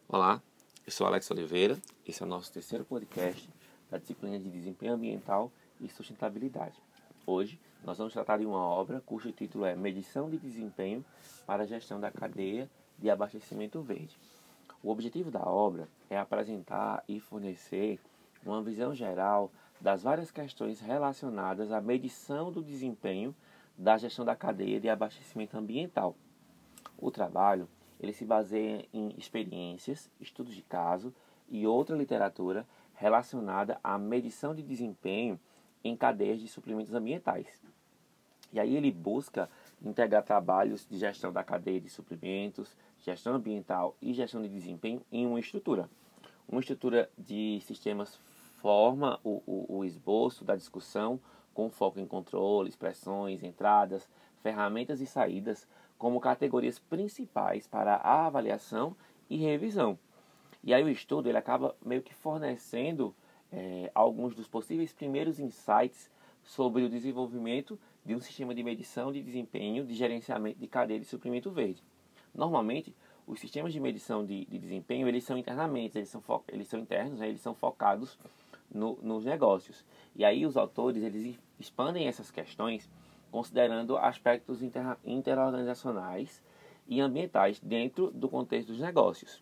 Olá, eu sou Alex Oliveira, esse é o nosso terceiro podcast da disciplina de Desempenho Ambiental e Sustentabilidade. Hoje, nós vamos tratar de uma obra cujo título é Medição de Desempenho para a Gestão da Cadeia de Abastecimento Verde. O objetivo da obra é apresentar e fornecer uma visão geral das várias questões relacionadas à medição do desempenho da gestão da cadeia de abastecimento ambiental. O trabalho ele se baseia em experiências, estudos de caso e outra literatura relacionada à medição de desempenho em cadeias de suprimentos ambientais. E aí ele busca integrar trabalhos de gestão da cadeia de suprimentos, gestão ambiental e gestão de desempenho em uma estrutura. Uma estrutura de sistemas forma o esboço da discussão com foco em controles, pressões, entradas, ferramentas e saídas como categorias principais para a avaliação e revisão. E aí o estudo ele acaba meio que fornecendo alguns dos possíveis primeiros insights sobre o desenvolvimento de um sistema de medição de desempenho de gerenciamento de cadeia de suprimento verde. Normalmente, os sistemas de medição de desempenho eles são internamente, eles são internos, né? Eles são focados nos negócios. E aí os autores eles expandem essas questões considerando aspectos interorganizacionais e ambientais dentro do contexto dos negócios.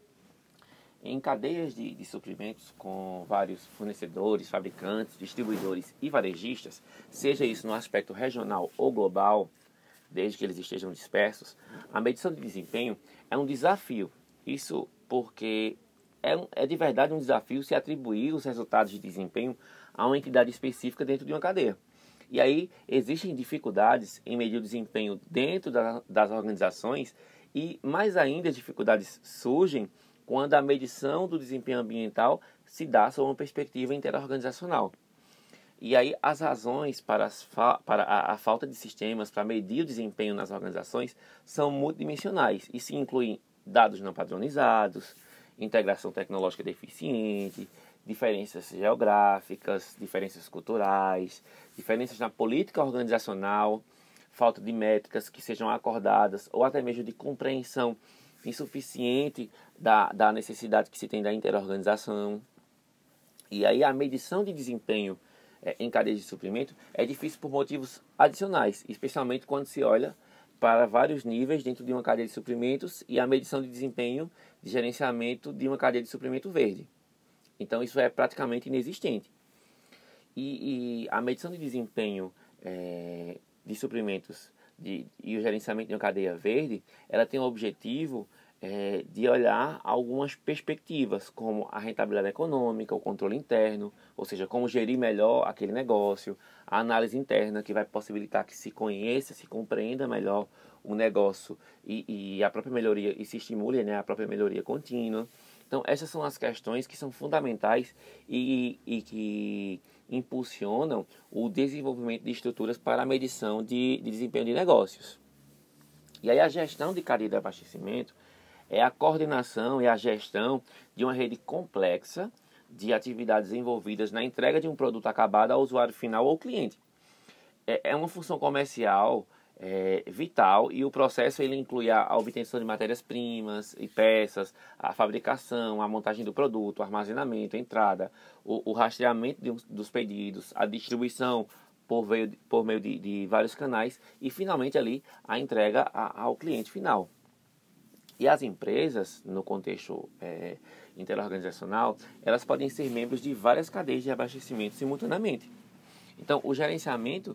Em cadeias de suprimentos com vários fornecedores, fabricantes, distribuidores e varejistas, seja isso no aspecto regional ou global, desde que eles estejam dispersos, a medição de desempenho é um desafio. Isso porque é de verdade um desafio se atribuir os resultados de desempenho a uma entidade específica dentro de uma cadeia. E aí existem dificuldades em medir o desempenho dentro das organizações e mais ainda as dificuldades surgem quando a medição do desempenho ambiental se dá sob uma perspectiva interorganizacional. E aí as razões para a falta de sistemas para medir o desempenho nas organizações são multidimensionais e se incluem dados não padronizados, integração tecnológica deficiente, diferenças geográficas, diferenças culturais, diferenças na política organizacional, falta de métricas que sejam acordadas ou até mesmo de compreensão insuficiente da necessidade que se tem da interorganização. E aí a medição de desempenho em cadeias de suprimento é difícil por motivos adicionais, especialmente quando se olha para vários níveis dentro de uma cadeia de suprimentos e a medição de desempenho de gerenciamento de uma cadeia de suprimento verde. Então isso é praticamente inexistente. E a medição de desempenho de suprimentos e o gerenciamento de uma cadeia verde, ela tem o objetivo de olhar algumas perspectivas, como a rentabilidade econômica, o controle interno, ou seja, como gerir melhor aquele negócio, a análise interna, que vai possibilitar que se conheça, se compreenda melhor o negócio e a própria melhoria, e se estimule, né, a própria melhoria contínua. Então, essas são as questões que são fundamentais e que impulsionam o desenvolvimento de estruturas para a medição de desempenho de negócios. E aí a gestão de cadeia de abastecimento é a coordenação e a gestão de uma rede complexa de atividades envolvidas na entrega de um produto acabado ao usuário final ou cliente. É uma função comercial vital e o processo ele inclui a obtenção de matérias-primas e peças, a fabricação, a montagem do produto, o armazenamento, a entrada, o rastreamento dos pedidos, a distribuição por meio de vários canais e finalmente ali a entrega ao cliente final. E as empresas, no contexto interorganizacional, elas podem ser membros de várias cadeias de abastecimento simultaneamente. Então, o gerenciamento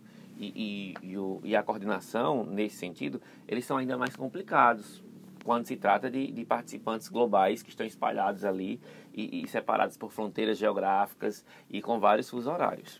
e a coordenação, nesse sentido, eles são ainda mais complicados quando se trata de participantes globais que estão espalhados ali e separados por fronteiras geográficas e com vários fusos horários.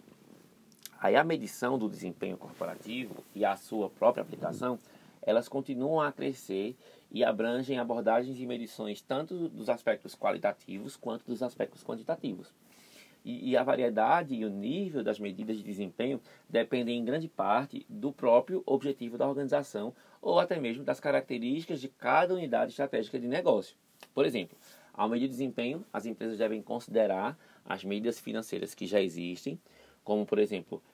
Aí a medição do desempenho corporativo e a sua própria aplicação, elas continuam a crescer e abrangem abordagens e medições tanto dos aspectos qualitativos quanto dos aspectos quantitativos. E a variedade e o nível das medidas de desempenho dependem em grande parte do próprio objetivo da organização ou até mesmo das características de cada unidade estratégica de negócio. Por exemplo, ao medir desempenho, as empresas devem considerar as medidas financeiras que já existem, como, por exemplo,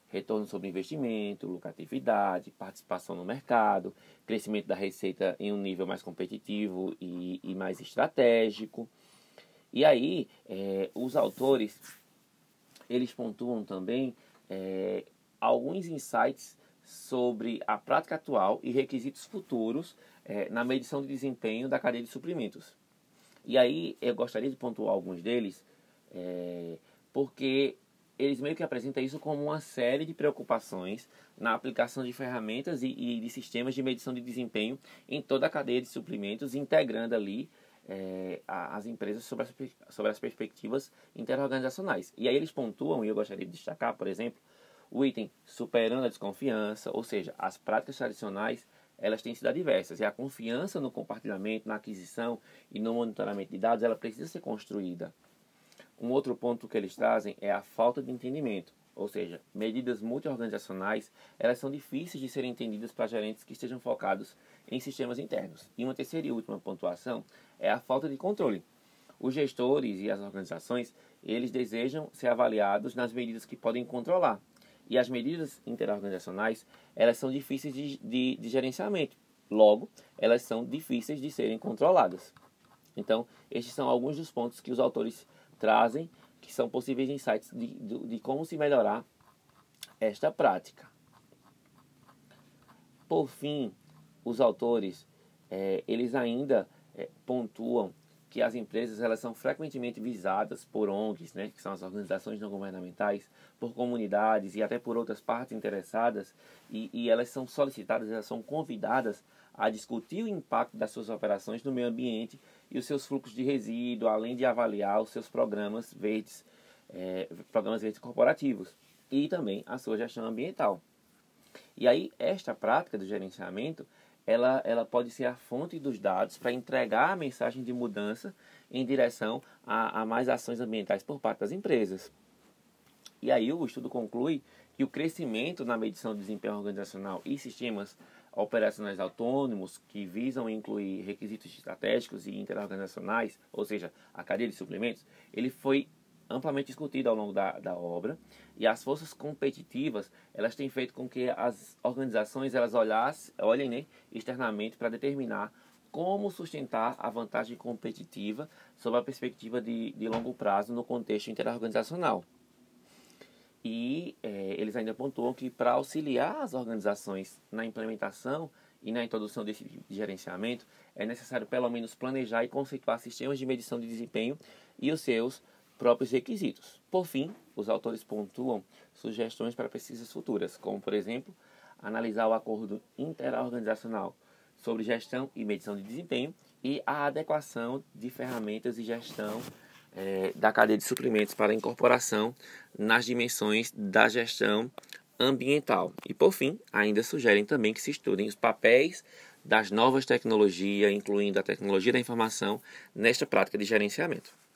retorno sobre investimento, lucratividade, participação no mercado, crescimento da receita em um nível mais competitivo e mais estratégico. E aí, os autores, eles pontuam também alguns insights sobre a prática atual e requisitos futuros na medição de desempenho da cadeia de suprimentos. E aí, eu gostaria de pontuar alguns deles, porque eles meio que apresentam isso como uma série de preocupações na aplicação de ferramentas e de sistemas de medição de desempenho em toda a cadeia de suprimentos, integrando ali as empresas sobre as perspectivas interorganizacionais. E aí eles pontuam, e eu gostaria de destacar, por exemplo, o item superando a desconfiança, ou seja, as práticas tradicionais, elas têm sido adversas, e a confiança no compartilhamento, na aquisição e no monitoramento de dados, ela precisa ser construída. Um outro ponto que eles trazem é a falta de entendimento, ou seja, medidas multiorganizacionais, elas são difíceis de serem entendidas para gerentes que estejam focados em sistemas internos. E uma terceira e última pontuação é a falta de controle. Os gestores e as organizações, eles desejam ser avaliados nas medidas que podem controlar. E as medidas interorganizacionais, elas são difíceis de gerenciamento. Logo, elas são difíceis de serem controladas. Então, estes são alguns dos pontos que os autores trazem, que são possíveis insights de como se melhorar esta prática. Por fim, os autores, eles ainda pontuam que as empresas elas são frequentemente visadas por ONGs, né, que são as organizações não governamentais, por comunidades e até por outras partes interessadas, e elas são solicitadas, elas são convidadas a discutir o impacto das suas operações no meio ambiente e os seus fluxos de resíduo, além de avaliar os seus programas verdes corporativos e também a sua gestão ambiental. E aí, esta prática do gerenciamento, ela pode ser a fonte dos dados para entregar a mensagem de mudança em direção a mais ações ambientais por parte das empresas. E aí o estudo conclui que o crescimento na medição de desempenho organizacional e sistemas operacionais autônomos que visam incluir requisitos estratégicos e interorganizacionais, ou seja, a cadeia de suprimentos, ele foi amplamente discutido ao longo da obra, e as forças competitivas elas têm feito com que as organizações elas olhem, né, externamente para determinar como sustentar a vantagem competitiva sob a perspectiva de longo prazo no contexto interorganizacional. E eles ainda pontuam que para auxiliar as organizações na implementação e na introdução desse tipo de gerenciamento, é necessário pelo menos planejar e conceituar sistemas de medição de desempenho e os seus próprios requisitos. Por fim, os autores pontuam sugestões para pesquisas futuras, como, por exemplo, analisar o acordo interorganizacional sobre gestão e medição de desempenho e a adequação de ferramentas de gestão da cadeia de suprimentos para incorporação nas dimensões da gestão ambiental. E, por fim, ainda sugerem também que se estudem os papéis das novas tecnologias, incluindo a tecnologia da informação, nesta prática de gerenciamento.